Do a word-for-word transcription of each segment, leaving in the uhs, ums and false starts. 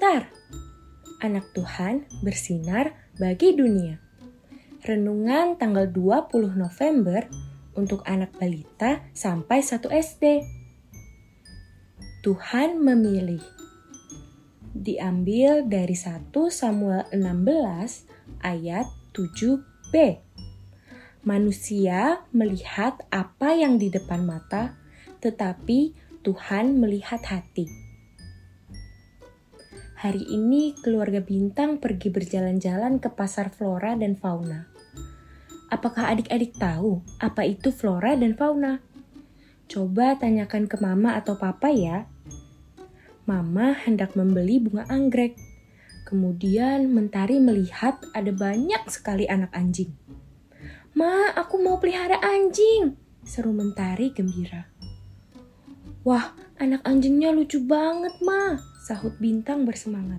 Star, anak Tuhan bersinar bagi dunia. Renungan tanggal dua puluh November untuk anak balita sampai satu S D. Tuhan memilih. Diambil dari satu Samuel enam belas ayat tujuh b. Manusia melihat apa yang di depan mata, tetapi Tuhan melihat hati. Hari ini keluarga Bintang pergi berjalan-jalan ke pasar flora dan fauna. Apakah adik-adik tahu apa itu flora dan fauna? Coba tanyakan ke mama atau papa ya. Mama hendak membeli bunga anggrek. Kemudian Mentari melihat ada banyak sekali anak anjing. "Ma, aku mau pelihara anjing," seru Mentari gembira. "Wah, anak anjingnya lucu banget, Ma," sahut Bintang bersemangat.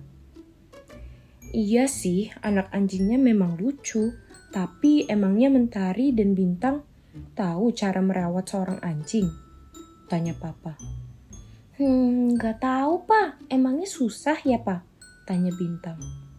Iya sih, anak anjingnya memang lucu, tapi emangnya Mentari dan Bintang tahu cara merawat seorang anjing? Tanya Papa. Hmm, gak tahu, Pak. Emangnya susah ya, Pak? Tanya Bintang.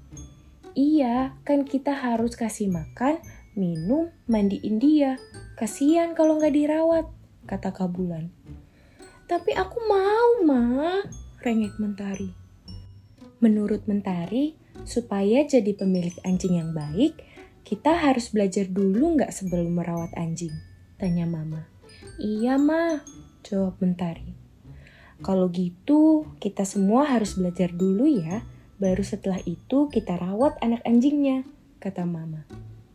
Iya, kan kita harus kasih makan, minum, mandiin dia. Kasian kalau gak dirawat, kata Kabulan. Tapi aku mau, Ma, rengek Mentari. Menurut Mentari, supaya jadi pemilik anjing yang baik, kita harus belajar dulu nggak sebelum merawat anjing? Tanya Mama. Iya, Ma, jawab Mentari. Kalau gitu, kita semua harus belajar dulu ya, baru setelah itu kita rawat anak anjingnya, kata Mama.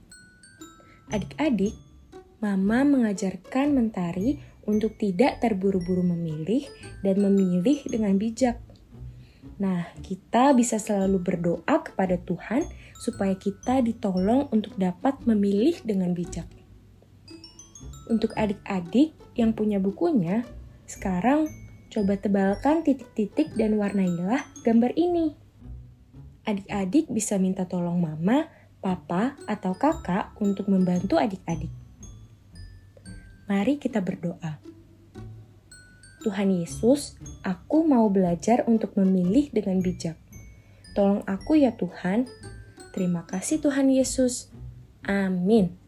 Adik-adik, Mama mengajarkan Mentari untuk tidak terburu-buru memilih dan memilih dengan bijak. Nah, kita bisa selalu berdoa kepada Tuhan supaya kita ditolong untuk dapat memilih dengan bijak. Untuk adik-adik yang punya bukunya, sekarang coba tebalkan titik-titik dan warnailah gambar ini. Adik-adik bisa minta tolong mama, papa, atau kakak untuk membantu adik-adik. Mari kita berdoa. Tuhan Yesus, aku mau belajar untuk memilih dengan bijak. Tolong aku ya Tuhan. Terima kasih Tuhan Yesus. Amin.